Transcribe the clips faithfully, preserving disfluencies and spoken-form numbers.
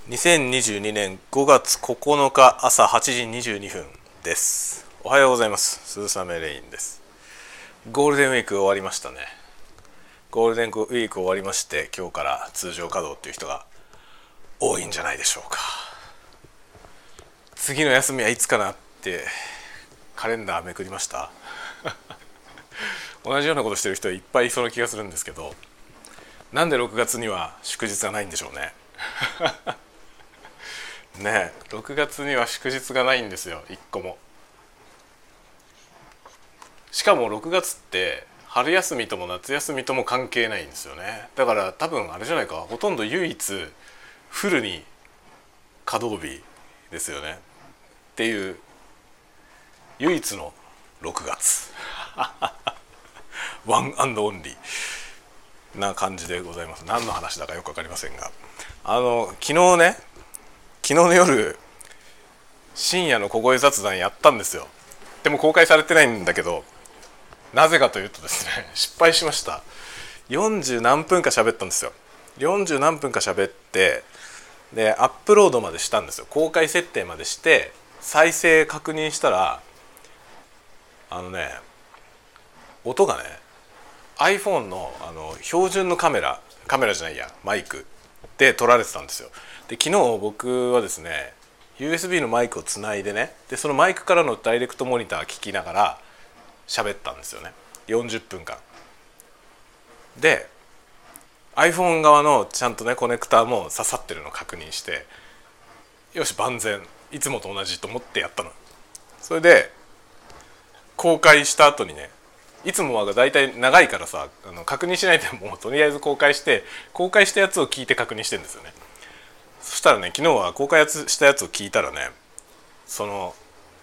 にせんにじゅうにねんごがつここのか朝はちじにじゅうにふんです。おはようございます。鈴雨レインです。ゴールデンウィーク終わりましたね。ゴールデンウィーク終わりまして、今日から通常稼働っていう人が多いんじゃないでしょうか。次の休みはいつかなってカレンダーめくりました。同じようなことしてる人いっぱいいそうな気がするんですけど、なんでろくがつには祝日がないんでしょうね。ねえ、ろくがつには祝日がないんですよ、いっこも。しかもろくがつって春休みとも夏休みとも関係ないんですよね。だから多分あれじゃないか、ほとんど唯一フルに稼働日ですよねっていう唯一のろくがつワンアンドオンリーな感じでございます。何の話だかよく分かりませんが、あの昨日ね昨日の夜深夜の小声雑談やったんですよ。でも公開されてないんだけど、なぜかというとですね、失敗しました。よんじゅう何分か喋ったんですよ。よんじゅう何分か喋って、でアップロードまでしたんですよ。公開設定までして再生確認したら、あのね音がね iPhone の, あの標準のカメラカメラじゃないやマイクで撮られてたんですよ。で昨日僕はですね ユーエスビー のマイクをつないでね、でそのマイクからのダイレクトモニター聞きながら喋ったんですよね、よんじゅっぷんかんで iPhone 側のちゃんとねコネクターも刺さってるのを確認して、よし万全、いつもと同じと思ってやったの。それで公開した後にね、いつもはだいたい長いからさ、あの確認しないでもうとりあえず公開して公開したやつを聞いて確認してるんですよね。そしたらね、昨日は公開したやつを聞いたらね、その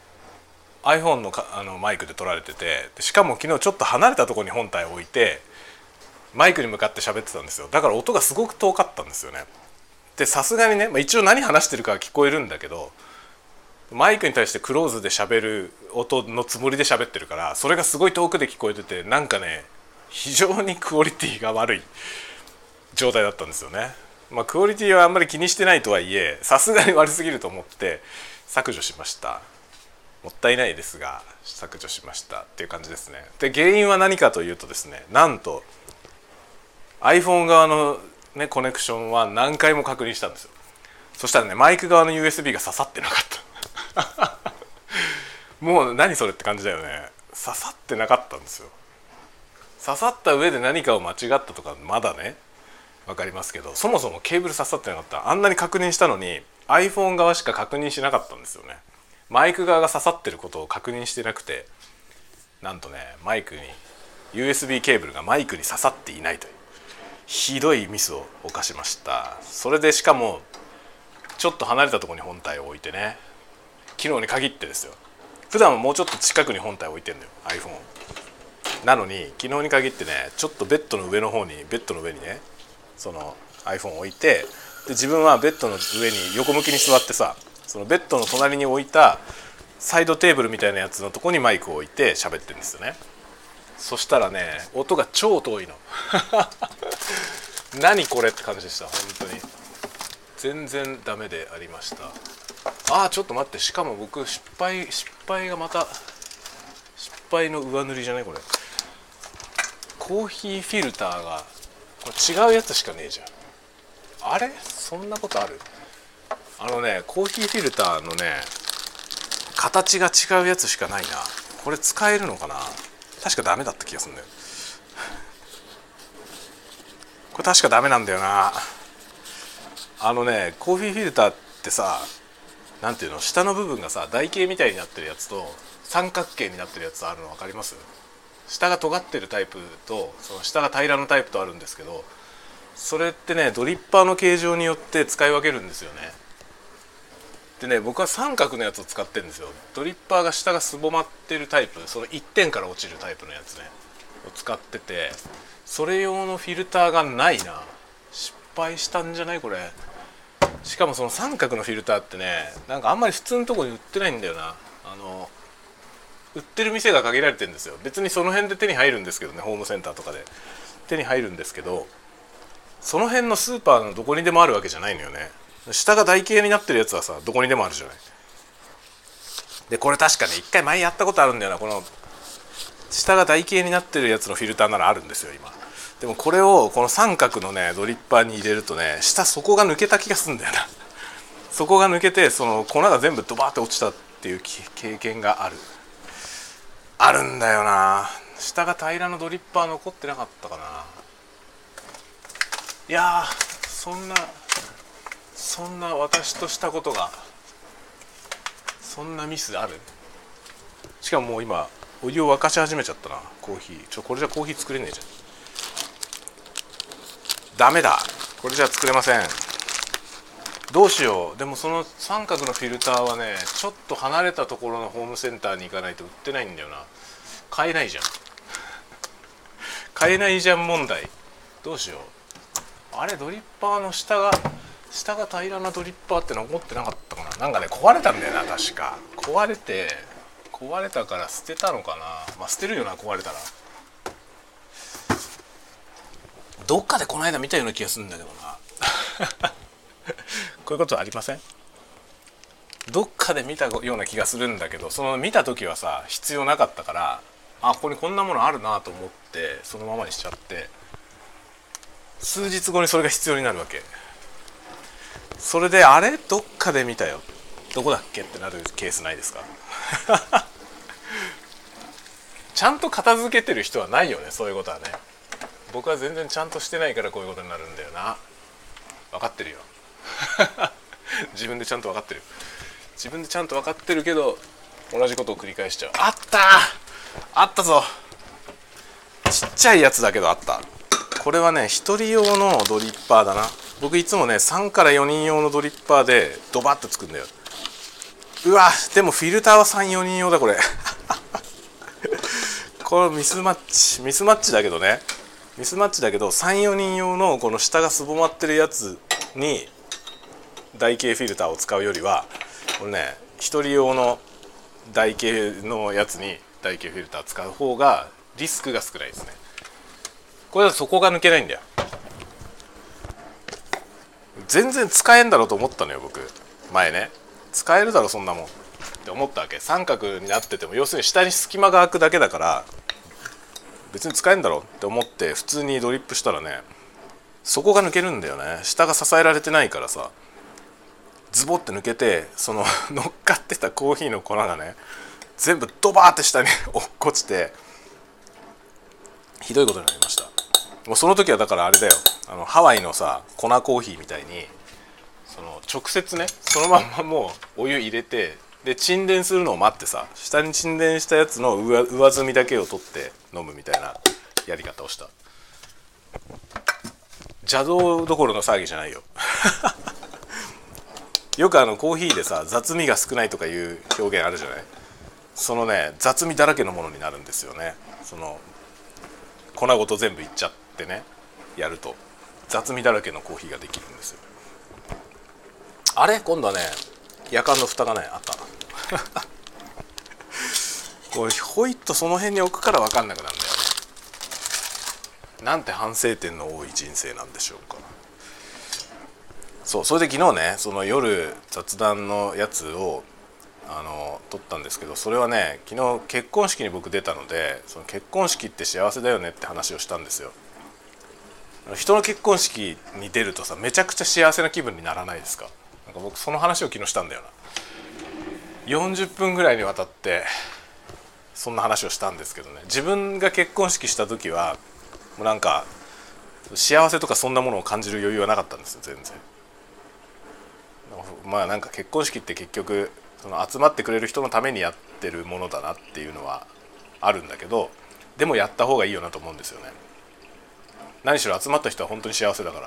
iPhone の, かあのマイクで撮られてて、しかも昨日ちょっと離れたところに本体を置いてマイクに向かって喋ってたんですよ。だから音がすごく遠かったんですよね。でさすがにね、まあ、一応何話してるかは聞こえるんだけど、マイクに対してクローズで喋る音のつもりで喋ってるから、それがすごい遠くで聞こえてて、なんかね非常にクオリティが悪い状態だったんですよね。まあクオリティはあんまり気にしてないとはいえ、さすがに悪すぎると思って削除しました。もったいないですが削除しましたっていう感じですね。で原因は何かというとですね、なんと iPhone 側の、ね、コネクションは何回も確認したんですよ。そしたらね、マイク側の ユーエスビー が刺さってなかったもう何それって感じだよね。刺さってなかったんですよ。刺さった上で何かを間違ったとかまだね分かりますけど、そもそもケーブル刺さってなかった。あんなに確認したのに iPhone 側しか確認しなかったんですよね。マイク側が刺さってることを確認してなくて、なんとねマイクに ユーエスビー ケーブルがマイクに刺さっていないというひどいミスを犯しました。それでしかもちょっと離れたところに本体を置いてね、昨日に限ってですよ。普段はもうちょっと近くに本体を置いてるのよ iPhone なのに、昨日に限ってねちょっとベッドの上の方にベッドの上にねその iPhone を置いて、で自分はベッドの上に横向きに座ってさ、そのベッドの隣に置いたサイドテーブルみたいなやつのとこにマイクを置いて喋ってるんですよね。そしたらね音が超遠いの何これって感じでした。本当に全然ダメでありました。あーちょっと待って、しかも僕失敗失敗がまた失敗の上塗りじゃないこれ。コーヒーフィルターがこれ違うやつしかねえじゃん。あれそんなことある？あのねコーヒーフィルターのね形が違うやつしかないな。これ使えるのかな。確かダメだった気がするんだよ。これ確かダメなんだよな。あのねコーヒーフィルターってさ、なんていうの、下の部分がさ台形みたいになってるやつと三角形になってるやつあるの分かります？下が尖ってるタイプとその下が平らなタイプとあるんですけど、それってねドリッパーの形状によって使い分けるんですよね。でね僕は三角のやつを使ってるんですよ。ドリッパーが下がすぼまってるタイプ、そのいってんから落ちるタイプのやつねを使ってて、それ用のフィルターがないな。失敗したんじゃないこれ。しかもその三角のフィルターってね、なんかあんまり普通のところに売ってないんだよな。あの売ってる店が限られてるんですよ。別にその辺で手に入るんですけどね、ホームセンターとかで手に入るんですけど、その辺のスーパーのどこにでもあるわけじゃないのよね。 下が台形になってるやつはさどこにでもあるじゃない。でこれ確かね一回前やったことあるんだよな。この下が台形になってるやつのフィルターならあるんですよ今。でもこれをこの三角のねドリッパーに入れるとね下底が抜けた気がするんだよな。底が抜けてその粉が全部ドバーって落ちたっていう経験があるあるんだよな。下が平らのドリッパー残ってなかったかな。いやーそんなそんな私としたことがそんなミスある。しかももう今お湯を沸かし始めちゃったな。コーヒーちょこれじゃコーヒー作れねえじゃん。ダメだこれじゃ作れません。どうしよう。でもその三角のフィルターはねちょっと離れたところのホームセンターに行かないと売ってないんだよな。買えないじゃん買えないじゃん問題。どうしよう。あれドリッパーの下が下が平らなドリッパーって残ってなかったかな。なんかね壊れたんだよな確か。壊れて壊れたから捨てたのかな。まあ捨てるよな壊れたら。どっかでこの間見たような気がするんだけどなこういうことありません？どっかで見たような気がするんだけど、その見た時はさ必要なかったから、あここにこんなものあるなと思ってそのままにしちゃって、数日後にそれが必要になるわけ。それであれどっかで見たよどこだっけってなるケースないですかちゃんと片付けてる人はないよねそういうことはね。僕は全然ちゃんとしてないからこういうことになるんだよな。分かってるよ自分でちゃんと分かってる自分でちゃんと分かってるけど同じことを繰り返しちゃう。あったーあったぞ。ちっちゃいやつだけどあった。これはねひとり用のドリッパーだな。僕いつもねさんからよにん用のドリッパーでドバッとつくんだよ。うわでもフィルターはさん、よにん用だこれこれミスマッチミスマッチだけどねミスマッチだけどさん、よにん用のこの下がすぼまってるやつに台形フィルターを使うよりはこれねひとり用の台形のやつに台形フィルター使う方がリスクが少ないですね。これだと底が抜けないんだよ。全然使えんだろうと思ったのよ僕前ね。使えるだろそんなもんって思ったわけ。三角になってても要するに下に隙間が空くだけだから別に使えんだろうって思って普通にドリップしたらね底が抜けるんだよね。下が支えられてないからさズボって抜けてその乗っかってたコーヒーの粉がね全部ドバーって下に落っこちてひどいことになりました。もうその時はだからあれだよあのハワイのさ粉コーヒーみたいにその直接ねそのまんまもうお湯入れてで沈殿するのを待ってさ下に沈殿したやつの上上澄みだけを取って飲むみたいなやり方をした。邪道どころの騒ぎじゃないよよくあのコーヒーでさ雑味が少ないとかいう表現あるじゃない。そのね雑味だらけのものになるんですよね。その粉ごと全部いっちゃってねやると雑味だらけのコーヒーができるんですよ。あれ今度はねやかんの蓋がねあったこれホイットその辺に置くから分かんなくなるんだよね。なんて反省点の多い人生なんでしょうか。そうそれで昨日ねその夜雑談のやつをあの撮ったんですけど、それはね昨日結婚式に僕出たのでその結婚式って幸せだよねって話をしたんですよ。人の結婚式に出るとさめちゃくちゃ幸せな気分にならないですか。なんか僕その話を昨日したんだよな。よんじゅっぷんぐらいにわたってそんな話をしたんですけどね、自分が結婚式した時はもうなんか幸せとかそんなものを感じる余裕はなかったんですよ全然。まあなんか結婚式って結局その集まってくれる人のためにやってるものだなっていうのはあるんだけど、でもやった方がいいよなと思うんですよね。何しろ集まった人は本当に幸せだから。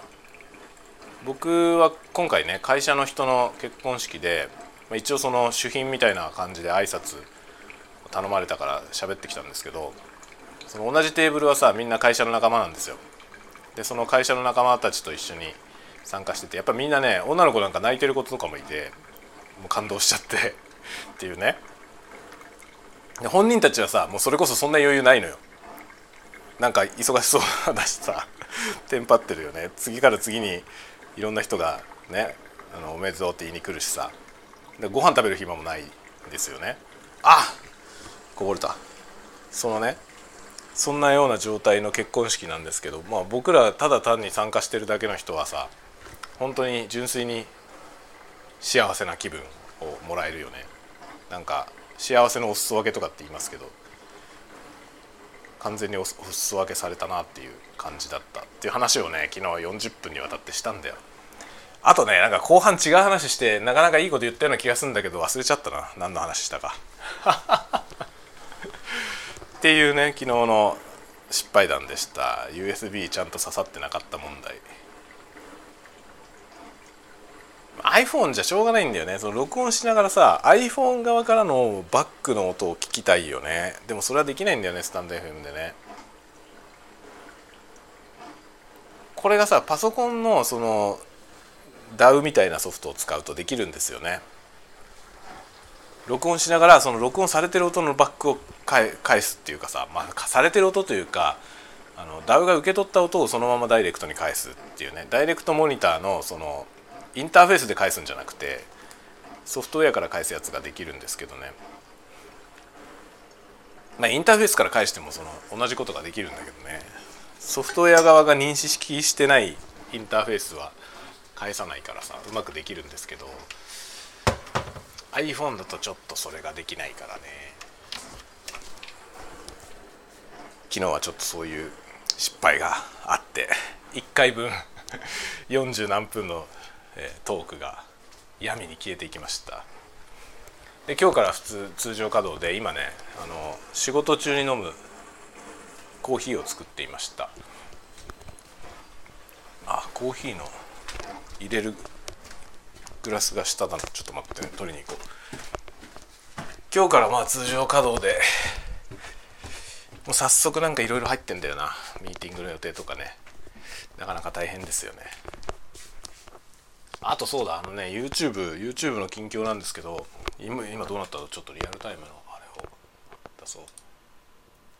僕は今回ね会社の人の結婚式で一応その主賓みたいな感じで挨拶頼まれたから喋ってきたんですけど、その同じテーブルはさみんな会社の仲間なんですよ。でその会社の仲間たちと一緒に参加してて、やっぱみんなね女の子なんか泣いてる子とかもいてもう感動しちゃってっていうね。で本人たちはさもうそれこそそんな余裕ないのよ。なんか忙しそうだしさテンパってるよね。次から次にいろんな人がね、あのおめでとうって言いに来るしさ、でご飯食べる暇もないんですよね。あ、こぼれた。そのね、そんなような状態の結婚式なんですけど、まあ僕らただ単に参加してるだけの人はさ、本当に純粋に幸せな気分をもらえるよね。なんか幸せのお裾分けとかって言いますけど、完全にお裾分けされたなっていう感じだったっていう話をね、昨日よんじゅっぷんにわたってしたんだよ。あとね、なんか後半違う話してなかなかいいこと言ったような気がするんだけど忘れちゃったな、何の話したかっていうね、昨日の失敗談でした。 ユーエスビー ちゃんと刺さってなかった問題。 iPhone じゃしょうがないんだよね。その録音しながらさ iPhone 側からのバックの音を聞きたいよね。でもそれはできないんだよね、スタンド エフエム でね。これがさパソコンのその ダウ みたいなソフトを使うとできるんですよね。録音しながらその録音されてる音のバックを返すっていうかさ、まあ、されてる音というか、あの ダウ が受け取った音をそのままダイレクトに返すっていうね、ダイレクトモニターのそのインターフェースで返すんじゃなくてソフトウェアから返すやつができるんですけどね。まあインターフェースから返してもその同じことができるんだけどね、ソフトウェア側が認識してないインターフェースは返さないからさうまくできるんですけど、 iPhone だとちょっとそれができないからね。昨日はちょっとそういう失敗があっていっかいぶんよんじゅう何分のトークが闇に消えていきました。で今日から普通通常稼働で今ね、あの仕事中に飲むコーヒーを作っていました。あ、コーヒーの入れるグラスが下だな。ちょっと待って、ね、取りに行こう。今日からまあ通常稼働でもう早速なんかいろいろ入ってんだよな。ミーティングの予定とかね、なかなか大変ですよね。あとそうだ、あのね YouTube, YouTube の近況なんですけど、今, 今どうなったの、ちょっとリアルタイムのあれを出そう。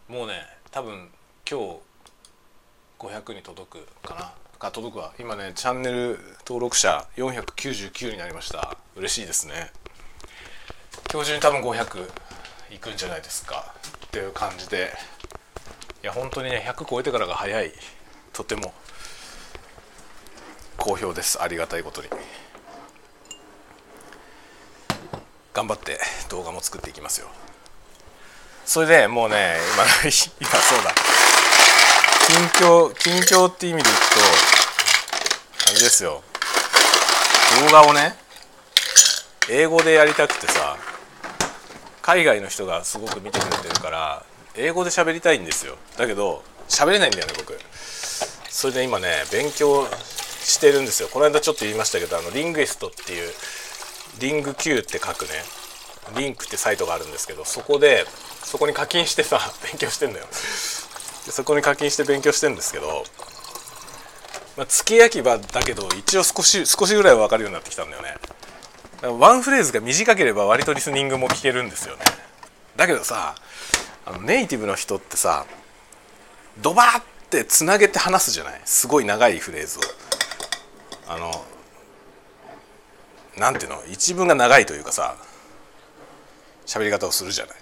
もうね多分今日ごひゃくに届くかなか届くわ。今ねチャンネル登録者よんひゃくきゅうじゅうきゅうになりました。嬉しいですね。今日中に多分ごひゃくいくんじゃないですかっていう感じで、いや本当にねひゃく超えてからが早い。とても好評です。ありがたいことに頑張って動画も作っていきますよ。それでもうね今今そうだ近況近況って意味でいくとあれですよ、動画をね英語でやりたくてさ、海外の人がすごく見てくれてるから英語で喋りたいんですよ。だけど喋れないんだよね僕。それで今ね勉強してるんですよ。この間ちょっと言いましたけど、あのリングイストっていうリング Q って書くねリンクってサイトがあるんですけど、そこでそこに課金してさ勉強してんだよ。でそこに課金して勉強してるんですけど、まあ、付け焼き場だけど一応少し少しぐらいは分かるようになってきたんだよね。ワンフレーズが短ければ割とリスニングも聞けるんですよね。だけどさ、あのネイティブの人ってさドバーってつなげて話すじゃない、すごい長いフレーズを。あのなんていうの、一文が長いというかさ喋り方をするじゃない。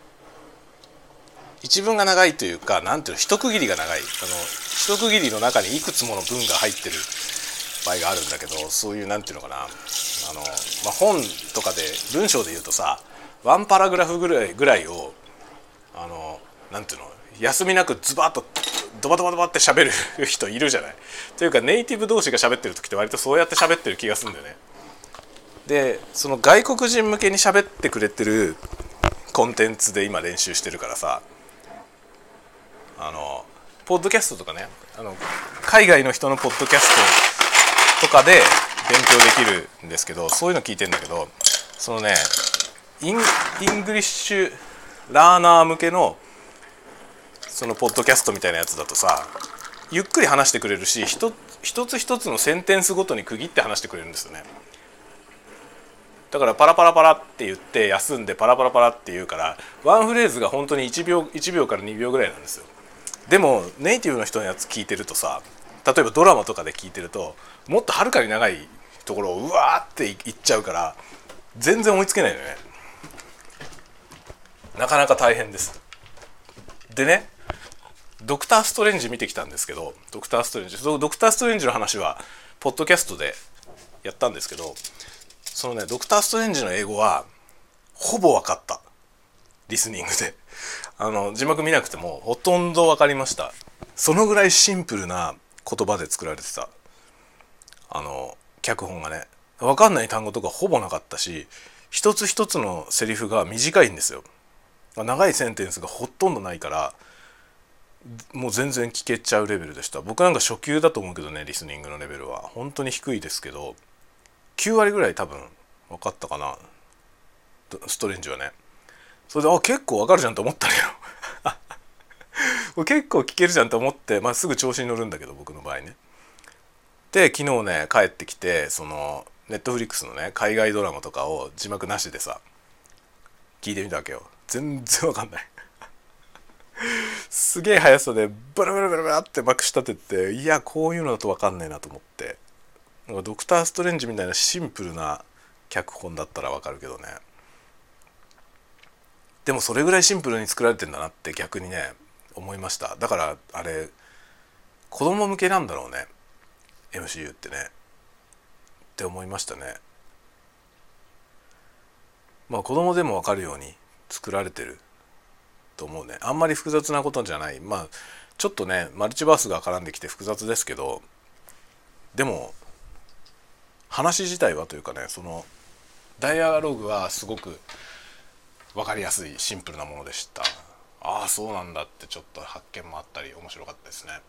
一文が長いというか、なんていうの、一区切りが長い。あの一区切りの中にいくつもの文が入ってる場合があるんだけど、そういうなんていうのかな、あの、まあ、本とかで文章で言うとさワンパラグラフぐらいぐらいをあのなんていうの、休みなくズバッとドバドバドバって喋る人いるじゃない。というかネイティブ同士が喋ってる時って割とそうやって喋ってる気がするんだよね。でその外国人向けに喋ってくれてるコンテンツで今練習してるからさ、あのポッドキャストとかね、あの海外の人のポッドキャストとかで勉強できるんですけど、そういうの聞いてんだけど、そのねイン、イングリッシュラーナー向けのそのポッドキャストみたいなやつだとさ、ゆっくり話してくれるし、一つ一つのセンテンスごとに区切って話してくれるんですよね。だからパラパラパラって言って休んでパラパラパラって言うから、ワンフレーズが本当にいちびょういちびょうからにびょうぐらいなんですよ。でもネイティブの人のやつ聞いてるとさ、例えばドラマとかで聞いてるともっとはるかに長いところをうわーっていっちゃうから全然追いつけないのよね。なかなか大変です。でね、ドクターストレンジ見てきたんですけど、ドクターストレンジドクターストレンジの話はポッドキャストでやったんですけど、そのねドクターストレンジの英語はほぼ分かった。リスニングであの字幕見なくてもほとんど分かりました。そのぐらいシンプルな言葉で作られてたあの脚本がね、分かんない単語とかほぼなかったし、一つ一つのセリフが短いんですよ。長いセンテンスがほとんどないからもう全然聞けちゃうレベルでした。僕なんか初級だと思うけどね、リスニングのレベルは本当に低いですけどきゅう割ぐらい多分分かったかな、ストレンジはね。それであ結構分かるじゃんと思ったのよ結構聞けるじゃんと思って、まあ、すぐ調子に乗るんだけど僕の場合ね。で昨日ね帰ってきて、そのネットフリックスのね海外ドラマとかを字幕なしでさ聞いてみたわけよ。全然分かんないすげえ速さでブラブラブラブラってまくし立てて、いやこういうのだと分かんないなと思って、なんかドクターストレンジみたいなシンプルな脚本だったら分かるけどね。でもそれぐらいシンプルに作られてんだなって逆にね思いました。だからあれ子供向けなんだろうね エムシーユー ってねって思いましたね。まあ子供でも分かるように作られてると思うね。あんまり複雑なことじゃない。まあちょっとねマルチバースが絡んできて複雑ですけど、でも話自体はというかね、そのダイアログはすごく分かりやすいシンプルなものでした。ああそうなんだってちょっと発見もあったり面白かったですね。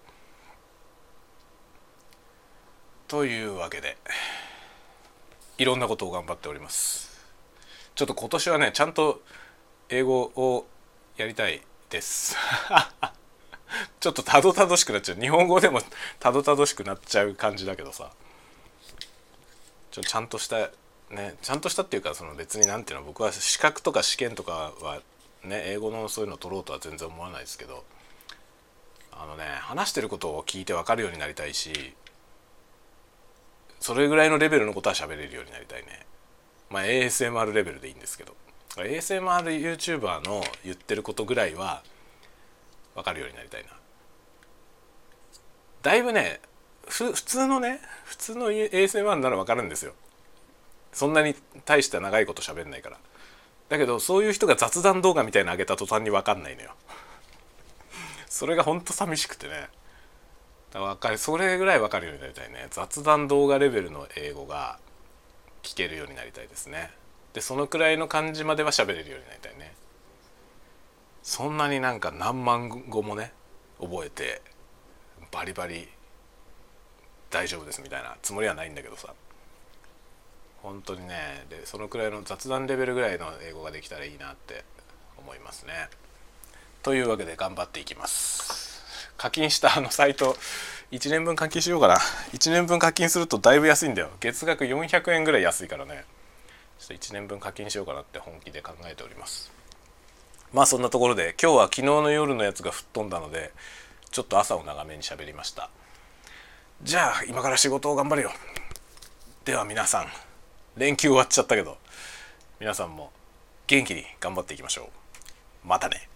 というわけでいろんなことを頑張っております。ちょっと今年はねちゃんと英語をやりたいですちょっとたどたどしくなっちゃう。日本語でもたどたどしくなっちゃう感じだけどさ、ちょちゃんとしたね、ちゃんとしたっていうか、その別になんていうの、僕は資格とか試験とかはね英語のそういうの取ろうとは全然思わないですけど、あのね話してることを聞いて分かるようになりたいし、それぐらいのレベルのことは喋れるようになりたいね。まあ エーエスエムアール レベルでいいんですけど、 エーエスエムアール YouTuber の言ってることぐらいは分かるようになりたいな。だいぶねふ普通のね普通の エーエスエムアール なら分かるんですよ。そんなに大した長いこと喋んないから。だけどそういう人が雑談動画みたいなの上げた途端に分かんないのよそれがほんと寂しくてね。だから分かる、それぐらい分かるようになりたいね。雑談動画レベルの英語が聞けるようになりたいですね。でそのくらいの感じまでは喋れるようになりたいね。そんなになんか何万語もね覚えてバリバリ大丈夫ですみたいなつもりはないんだけどさ、本当にね、でそのくらいの雑談レベルぐらいの英語ができたらいいなって思いますね。というわけで頑張っていきます。課金したあのサイトいちねんぶん課金しようかな。いちねんぶん課金するとだいぶ安いんだよ。月額よんひゃくえんぐらい安いからね、ちょっといちねんぶん課金しようかなって本気で考えております。まあそんなところで今日は昨日の夜のやつが吹っ飛んだのでちょっと朝を長めに喋りました。じゃあ今から仕事を頑張るよ。では皆さん、連休終わっちゃったけど皆さんも元気に頑張っていきましょう。またね。